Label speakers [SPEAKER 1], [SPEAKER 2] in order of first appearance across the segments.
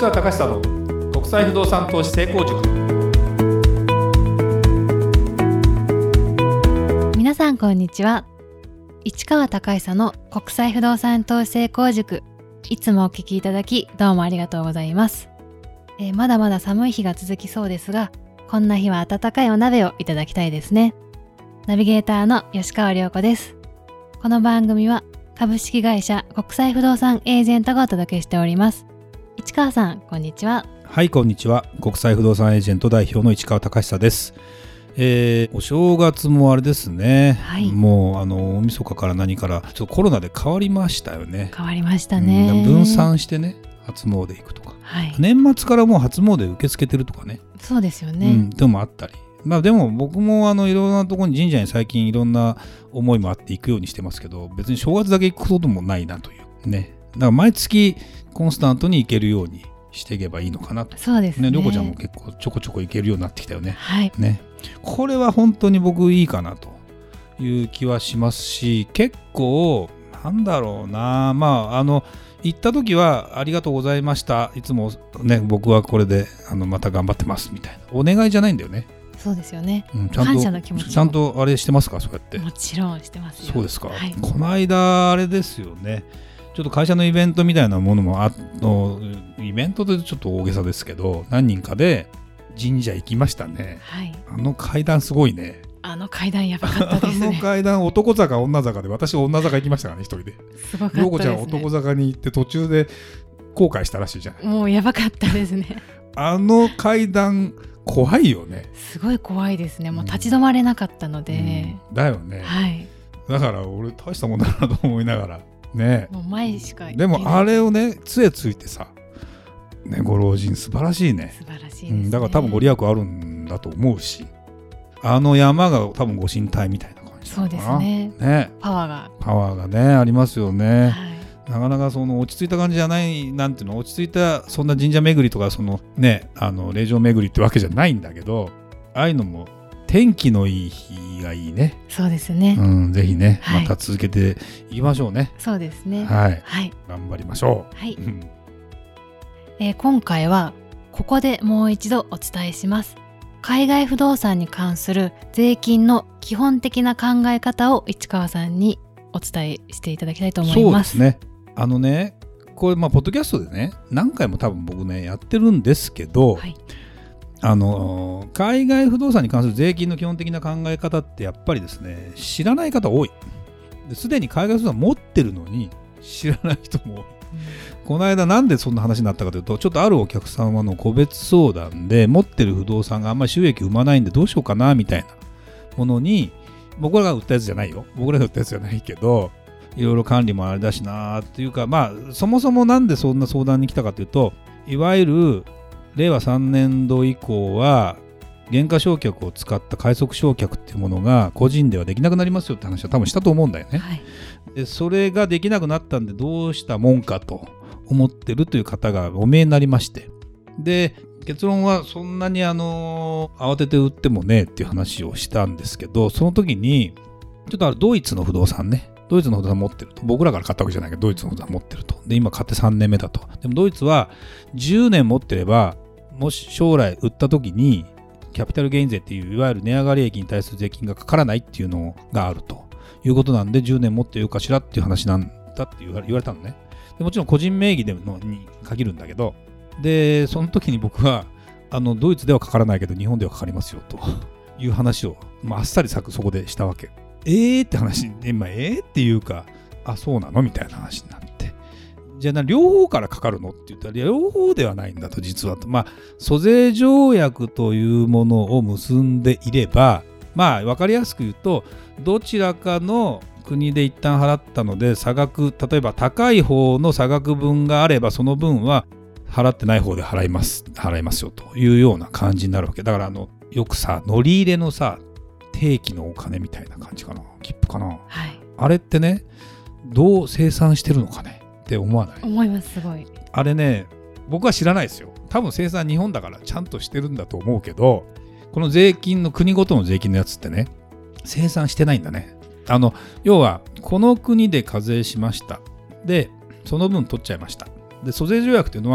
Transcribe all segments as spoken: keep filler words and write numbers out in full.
[SPEAKER 1] 川隆久の国際不動産投資成功塾。
[SPEAKER 2] 皆さんこんにちは。市川隆久の国際不動産投資成功塾、いつもお聞きいただきどうもありがとうございます。えー、まだまだ寒い日が続きそうですが、こんな日は温かいお鍋をいただきたいですね。ナビゲーターの吉川良子です。この番組は株式会社国際不動産エージェントがお届けしております。市川さんこんにちは。
[SPEAKER 1] はい、こんにちは。国際不動産エージェント代表の市川隆久です。えー、お正月もあれですね、はい、もうあの大晦日から何からちょっとコロナで変わりましたよね。
[SPEAKER 2] 変わりましたね、
[SPEAKER 1] うん、分散してね、初詣行くとか、はい、年末からもう初詣受け付けてるとかね。
[SPEAKER 2] そうですよね、
[SPEAKER 1] うん、でもあったり、まあ、でも僕もあのいろんなところに神社に最近いろんな思いもあって行くようにしてますけど、別に正月だけ行くこともないなというね。だから毎月コンスタントに行けるようにしていけばいいのかなと。
[SPEAKER 2] そうですね。
[SPEAKER 1] りょうこちゃんも結構ちょこちょこ行けるようになってきたよね。
[SPEAKER 2] はい。
[SPEAKER 1] ね。これは本当に僕いいかなという気はしますし、結構なんだろうな、まああの行った時はありがとうございました。いつもね僕はこれであのまた頑張ってますみたいなお願いじゃないんだよね。
[SPEAKER 2] そうですよね。
[SPEAKER 1] うん、ちゃんと
[SPEAKER 2] 感謝の気持ち
[SPEAKER 1] ちゃんとあれしてますか、そうやって。
[SPEAKER 2] もちろんしてますよ。
[SPEAKER 1] そうですか。
[SPEAKER 2] はい、
[SPEAKER 1] この間あれですよね。ちょっと会社のイベントみたいなものもあのイベントでちょっと大げさですけど、何人かで神社行きましたね。はい、あの階段すごいね。
[SPEAKER 2] あの階段やばかったですね。
[SPEAKER 1] あの階段男坂女坂で、私女坂行きましたからね、一人で。
[SPEAKER 2] すごかったですね。
[SPEAKER 1] りょうこちゃん男坂に行って途中で後悔したらしいじゃない。
[SPEAKER 2] もうやばかったですね。あ
[SPEAKER 1] の階段怖いよね。
[SPEAKER 2] すごい怖いですね。もう立ち止まれなかったので、
[SPEAKER 1] うん、だよね、はい、だから俺大したもんだなと思いながらね。
[SPEAKER 2] もう前しか行けない。
[SPEAKER 1] でもあれをね杖ついてさ、ね、ご老人素晴らしいね。
[SPEAKER 2] 素晴らしいですね、
[SPEAKER 1] うん、だから多分ご利益あるんだと思うし、あの山が多分ご神体みたいな感じなのかな。
[SPEAKER 2] そうですね。ね、パワーが
[SPEAKER 1] パワーがねありますよね。
[SPEAKER 2] はい、
[SPEAKER 1] なかなかその落ち着いた感じじゃない、なんていうの、落ち着いたそんな神社巡りとかそのねあの霊場巡りってわけじゃないんだけど、ああいうのも天気のいい日がいいね。
[SPEAKER 2] そうですね、
[SPEAKER 1] うん、ぜひね、
[SPEAKER 2] はい、
[SPEAKER 1] また続けていきましょうね。
[SPEAKER 2] そうですね、
[SPEAKER 1] はい、
[SPEAKER 2] はい、
[SPEAKER 1] 頑張りましょう。
[SPEAKER 2] はい、えー、今回はここでもう一度お伝えします。海外不動産に関する税金の基本的な考え方を市川さんにお伝えしていただきたいと思います。
[SPEAKER 1] そうですね。あのね、これまあポッドキャストでね何回も多分僕ねやってるんですけど、はい、あの海外不動産に関する税金の基本的な考え方ってやっぱりですね知らない方多い。すでに海外不動産持ってるのに知らない人も多い。この間なんでそんな話になったかというと、ちょっとあるお客様の個別相談で持ってる不動産があんまり収益生まないんでどうしようかなみたいなものに、僕らが売ったやつじゃないよ、僕らが売ったやつじゃないけど、いろいろ管理もあれだしなっていうか、まあそもそもなんでそんな相談に来たかというと、いわゆるれいわさんねんど以降は減価償却を使った快速償却っていうものが個人ではできなくなりますよって話は多分したと思うんだよね。はい、でそれができなくなったんでどうしたもんかと思ってるという方がお見えになりまして、で結論はそんなにあの慌てて売ってもねっていう話をしたんですけど、その時にちょっとあるドイツの不動産ね、ドイツの不動産持ってると、僕らから買ったわけじゃないけどドイツの不動産持ってると、で今買ってさんねんめだと。でもドイツはじゅうねん持ってれば、もし将来売った時にキャピタルゲイン税っていういわゆる値上がり益に対する税金がかからないっていうのがあるということなんで、じゅうねん持ってようかしらっていう話なんだって言われ、言われたのね。でもちろん個人名義でのに限るんだけど、でその時に僕はあのドイツではかからないけど日本ではかかりますよという話を、まあ、あっさりそこでしたわけ。えーって話で、まあ、えーっていうか、あそうなのみたいな話になって、じゃあな両方からかかるのって言ったら両方ではないんだと、実はと、まあ租税条約というものを結んでいれば、まあ分かりやすく言うと、どちらかの国で一旦払ったので差額、例えば高い方の差額分があればその分は払ってない方で払います払いますよというような感じになるわけだから、あのよくさ乗り入れのさ定期のお金みたいな感じかな、切符かな、はい、あれってねどう生産してるのかねって思わない？
[SPEAKER 2] 思います。すごい
[SPEAKER 1] あれね、僕は知らないですよ。多分生産日本だからちゃんとしてるんだと思うけど、この税金の国ごとの税金のやつってね生産してないんだね。あの要はこの国で課税しました、でその分取っちゃいました。で租税条約というのは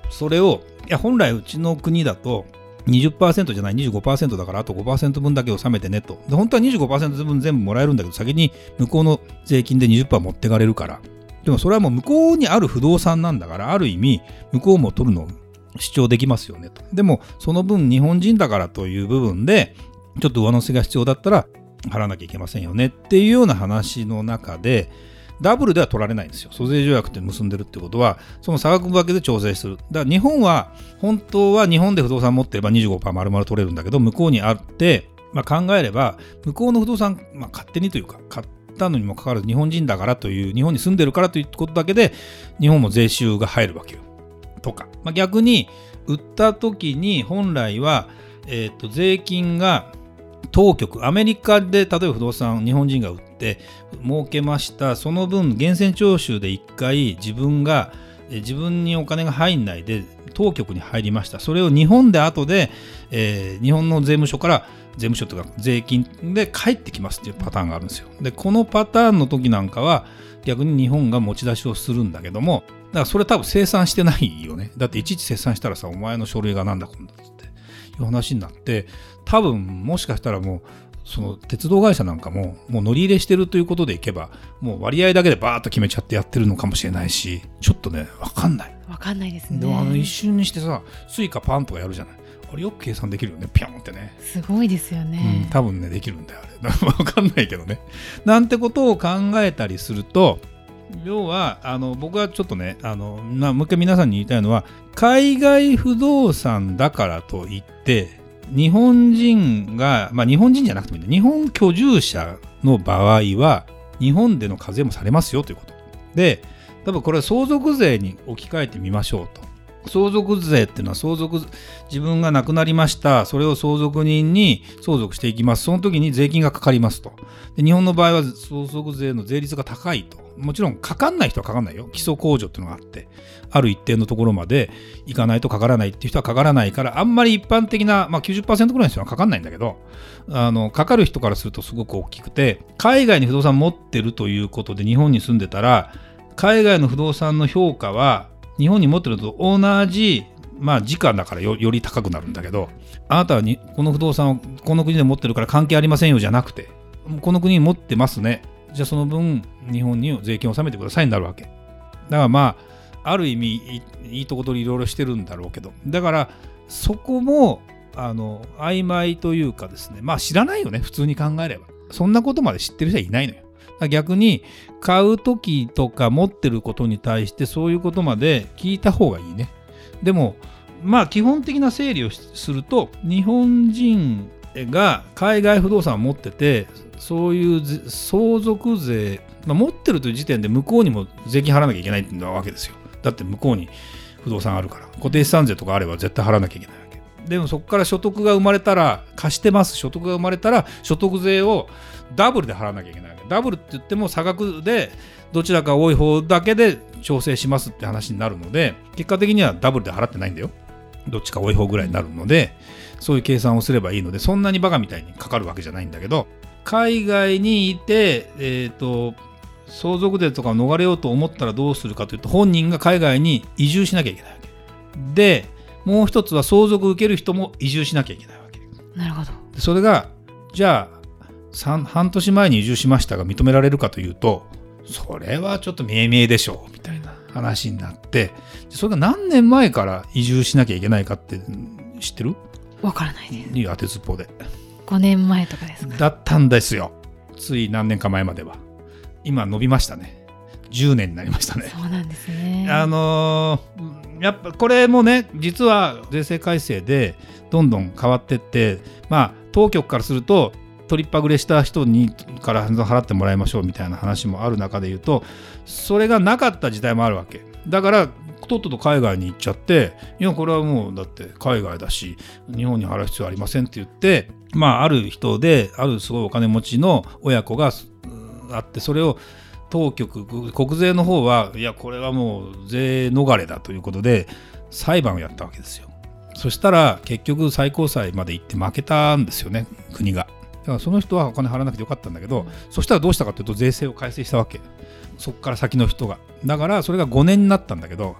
[SPEAKER 1] それをいや本来うちの国だと にじゅっパーセント じゃない にじゅうごパーセント だからあと ごパーセント 分だけ納めてねと。で本当は にじゅうごパーセント 分全部もらえるんだけど先に向こうの税金で にじゅっパーセント 持ってかれるから。でもそれはもう向こうにある不動産なんだからある意味向こうも取るのを主張できますよねと。でもその分日本人だからという部分でちょっと上乗せが必要だったら払わなきゃいけませんよねっていうような話の中でダブルでは取られないんですよ。租税条約って結んでるってことはその差額分けで調整する。だから日本は本当は日本で不動産持ってれば にじゅうごパーセント 丸々取れるんだけど向こうにあって、まあ、考えれば向こうの不動産、まあ、勝手にというか買ったのにもかかわらず日本人だからという日本に住んでるからということだけで日本も税収が入るわけよとか、まあ、逆に売った時に本来は、えーと、税金が当局アメリカで例えば不動産日本人が売って儲けました。その分源泉徴収でいっかい自分が自分にお金が入んないで当局に入りました。それを日本で後で、えー、日本の税務署から税務署とか税金で返ってきますっていうパターンがあるんですよ。でこのパターンの時なんかは逆に日本が持ち出しをするんだけどもだからそれ多分清算してないよね。だっていちいち清算したらさお前の書類がなんだこんだっていう話になって多分もしかしたらもうその鉄道会社なんかももう乗り入れしてるということでいけばもう割合だけでバーッと決めちゃってやってるのかもしれないしちょっとね分かんない
[SPEAKER 2] 分かんないですね。
[SPEAKER 1] でもあの一瞬にしてさスイカパンとかやるじゃない。あれよく計算できるよねピョンってね。
[SPEAKER 2] すごいですよね、
[SPEAKER 1] うん、多分ねできるんだよあれ分かんないけどねなんてことを考えたりすると要はあの僕はちょっとねあのなもう一回皆さんに言いたいのは海外不動産だからといって日本人が、まあ、日本人じゃなくてもいいんだ日本居住者の場合は日本での課税もされますよということで多分これは相続税に置き換えてみましょうと。相続税っていうのは相続自分が亡くなりましたそれを相続人に相続していきます。その時に税金がかかりますと。で日本の場合は相続税の税率が高いと。もちろんかかんない人はかかんないよ。基礎控除っていうのがあってある一定のところまでいかないとかからないっていう人はかからないからあんまり一般的な、まあ、きゅうじゅっパーセント ぐらいの人はかかんないんだけどあのかかる人からするとすごく大きくて海外に不動産持ってるということで日本に住んでたら海外の不動産の評価は日本に持ってると同じ、まあ時価だから よ, より高くなるんだけどあなたはにこの不動産をこの国で持ってるから関係ありませんよじゃなくてこの国に持ってますねじゃあその分日本に税金を納めてくださいになるわけだからまあある意味い い, いいとこ取りいろいろしてるんだろうけどだからそこもあの曖昧というかですねまあ知らないよね普通に考えればそんなことまで知ってる人はいないのよ。逆に買う時とか持ってることに対してそういうことまで聞いた方がいいね。でもまあ基本的な整理をすると日本人が海外不動産を持っててそういう相続税、まあ、持ってるという時点で向こうにも税金払わなきゃいけないっていうわけですよ。だって向こうに不動産あるから固定資産税とかあれば絶対払わなきゃいけないわけでもそこから所得が生まれたら貸してます所得が生まれたら所得税をダブルで払わなきゃいけないわけ。ダブルって言っても差額でどちらか多い方だけで調整しますって話になるので結果的にはダブルで払ってないんだよ。どっちか多い方ぐらいになるのでそういう計算をすればいいのでそんなにバカみたいにかかるわけじゃないんだけど海外にいて、えーと、相続税とかを逃れようと思ったらどうするかというと本人が海外に移住しなきゃいけないわけでもう一つは相続を受ける人も移住しなきゃいけないわけ。
[SPEAKER 2] なるほど。
[SPEAKER 1] それがじゃあ半年前に移住しましたが認められるかというとそれはちょっと見え見えでしょうみたいな話になってそれが何年前から移住しなきゃいけないかって知ってる？
[SPEAKER 2] わからないです。
[SPEAKER 1] いい当てずっぽうで
[SPEAKER 2] ごねんまえとかですか？
[SPEAKER 1] だったんですよ。つい何年か前までは。今伸びましたね。じゅうねんになりましたね。
[SPEAKER 2] そうなんですね。
[SPEAKER 1] あのー、やっぱこれもね実は税制改正でどんどん変わってってまあ当局からすると取りっぱぐれした人にから払ってもらいましょうみたいな話もある中で言うとそれがなかった時代もあるわけだからとっとと海外に行っちゃっていやこれはもうだって海外だし日本に払う必要ありませんって言ってまあある人であるすごいお金持ちの親子があってそれを当局国税の方はいやこれはもう税逃れだということで裁判をやったわけですよ。そしたら結局最高裁まで行って負けたんですよね国が。だからその人はお金払わなくてよかったんだけど、うん、そしたらどうしたかというと税制を改正したわけ。そこから先の人がだからそれがごねんになったんだけど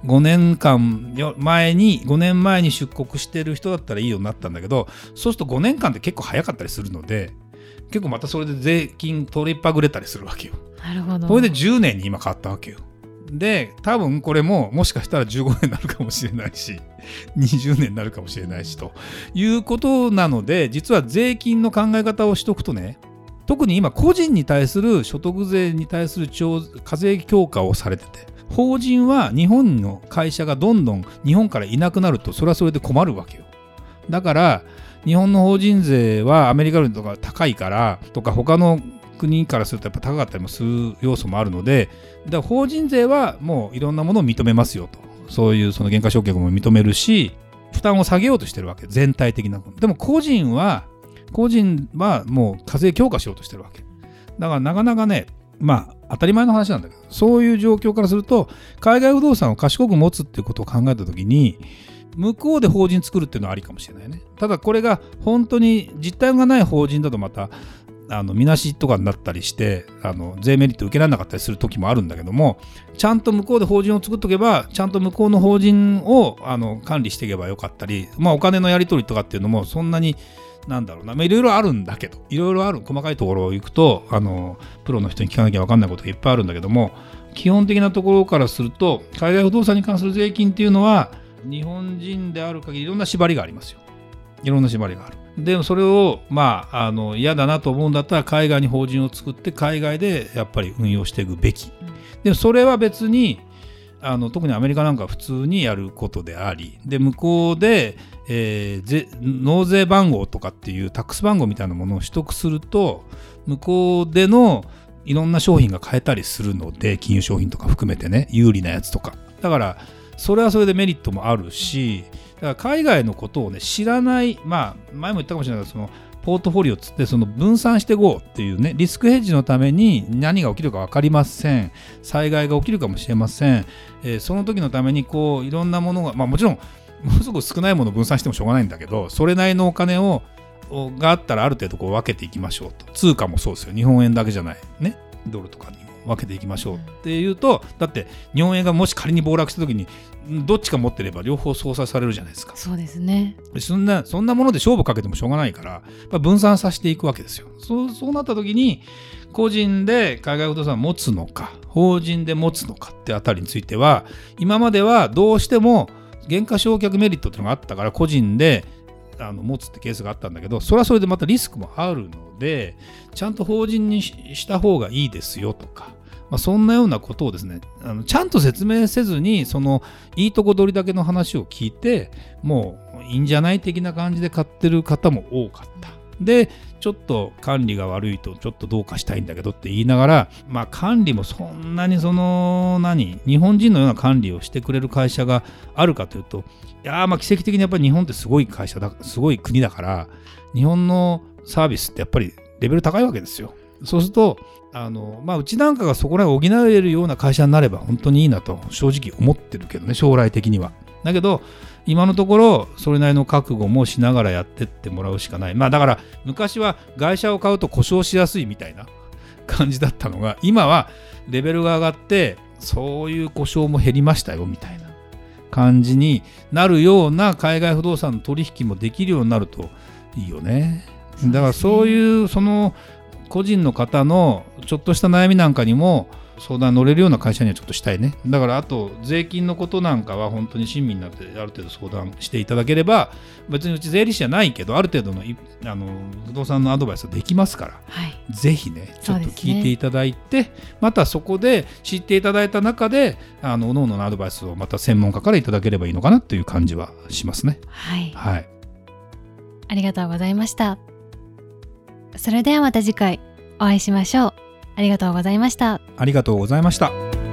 [SPEAKER 1] ごねんかん前にごねんまえに出国してる人だったらいいようになったんだけど、そうするとごねんかんって結構早かったりするので、結構またそれで税金取りっぱぐれたりするわけよ。
[SPEAKER 2] なるほど。
[SPEAKER 1] これでじゅうねんに今変わったわけよ。で多分これももしかしたらじゅうごねんになるかもしれないしにじゅうねんになるかもしれないしということなので、実は税金の考え方をしとくとね、特に今個人に対する所得税に対する課税強化をされてて、法人は日本の会社がどんどん日本からいなくなるとそれはそれで困るわけよ。だから日本の法人税はアメリカよりとか高いからとか、他の国からするとやっぱ高かったりもする要素もあるので、だから法人税はもういろんなものを認めますよと、そういうその減価償却も認めるし、負担を下げようとしてるわけ、全体的な。でも個人は個人はもう課税強化しようとしてるわけだから、なかなかね、まあ当たり前の話なんだけど、そういう状況からすると海外不動産を賢く持つっていうことを考えたときに、向こうで法人作るっていうのはありかもしれないね。ただこれが本当に実態がない法人だとまたあのみなしとかになったりして、あの税メリット受けられなかったりする時もあるんだけども、ちゃんと向こうで法人を作っとけば、ちゃんと向こうの法人をあの管理していけばよかったり、まあお金のやり取りとかっていうのもそんなになんだろうな、まあ、いろいろあるんだけど、いろいろある細かいところを行くとあのプロの人に聞かなきゃ分かんないことがいっぱいあるんだけども、基本的なところからすると海外不動産に関する税金っていうのは日本人である限りいろんな縛りがありますよ。いろんな縛りがある。でもそれをまああの嫌だなと思うんだったら海外に法人を作って海外でやっぱり運用していくべき。でもそれは別にあの特にアメリカなんかは普通にやることであり、で向こうで、えー、ぜ納税番号とかっていうタックス番号みたいなものを取得すると、向こうでのいろんな商品が買えたりするので、金融商品とか含めてね、有利なやつとかだからそれはそれでメリットもあるし、だから海外のことをね知らない、まあ前も言ったかもしれないけど、そのポートフォリオつってその分散していこうっていうね、リスクヘッジのために何が起きるか分かりません、災害が起きるかもしれません、えー、その時のためにこういろんなものが、まあもちろんものすごく少ないものを分散してもしょうがないんだけど、それなりのお金をがあったらある程度こう分けていきましょうと。通貨もそうですよ、日本円だけじゃないね、ドルとかにも分けていきましょうっていうと、だって日本円がもし仮に暴落した時にどっちか持ってれば両方相殺されるじゃないですか。
[SPEAKER 2] そうですね。
[SPEAKER 1] そんなそんなもので勝負かけてもしょうがないから、まあ、分散させていくわけですよ。そう、そうなった時に個人で海外不動産を持つのか法人で持つのかってあたりについては、今まではどうしても減価償却メリットっていうのがあったから個人であの持つってケースがあったんだけど、それはそれでまたリスクもあるので、ちゃんと法人にした方がいいですよとか、まあ、そんなようなことをですね、あのちゃんと説明せずに、そのいいとこ取りだけの話を聞いて、もういいんじゃない的な感じで買ってる方も多かった。でちょっと管理が悪いとちょっとどうかしたいんだけどって言いながら、まあ管理もそんなにその何日本人のような管理をしてくれる会社があるかというと、いやまあ奇跡的にやっぱり日本ってすごい会社だ、すごい国だから、日本のサービスってやっぱりレベル高いわけですよ。そうするとあの、まあ、うちなんかがそこら辺を補えるような会社になれば本当にいいなと正直思ってるけどね、将来的には。だけど今のところそれなりの覚悟もしながらやってってもらうしかない。まあだから昔は会社を買うと故障しやすいみたいな感じだったのが、今はレベルが上がってそういう故障も減りましたよみたいな感じになるような海外不動産の取引もできるようになるといいよね。だからそういうその個人の方のちょっとした悩みなんかにも相談乗れるような会社にはちょっとしたいね。だからあと税金のことなんかは本当に親身になってある程度相談していただければ、別にうち税理士じゃないけどある程度のあの不動産のアドバイスはできますから、はい、ぜひねちょっと聞いていただいて、ね、またそこで知っていただいた中であの各々のアドバイスをまた専門家からいただければいいのかなという感じはしますね。
[SPEAKER 2] はい、
[SPEAKER 1] はい、
[SPEAKER 2] ありがとうございました。それではまた次回お会いしましょう。ありがとうございました。
[SPEAKER 1] ありがとうございました。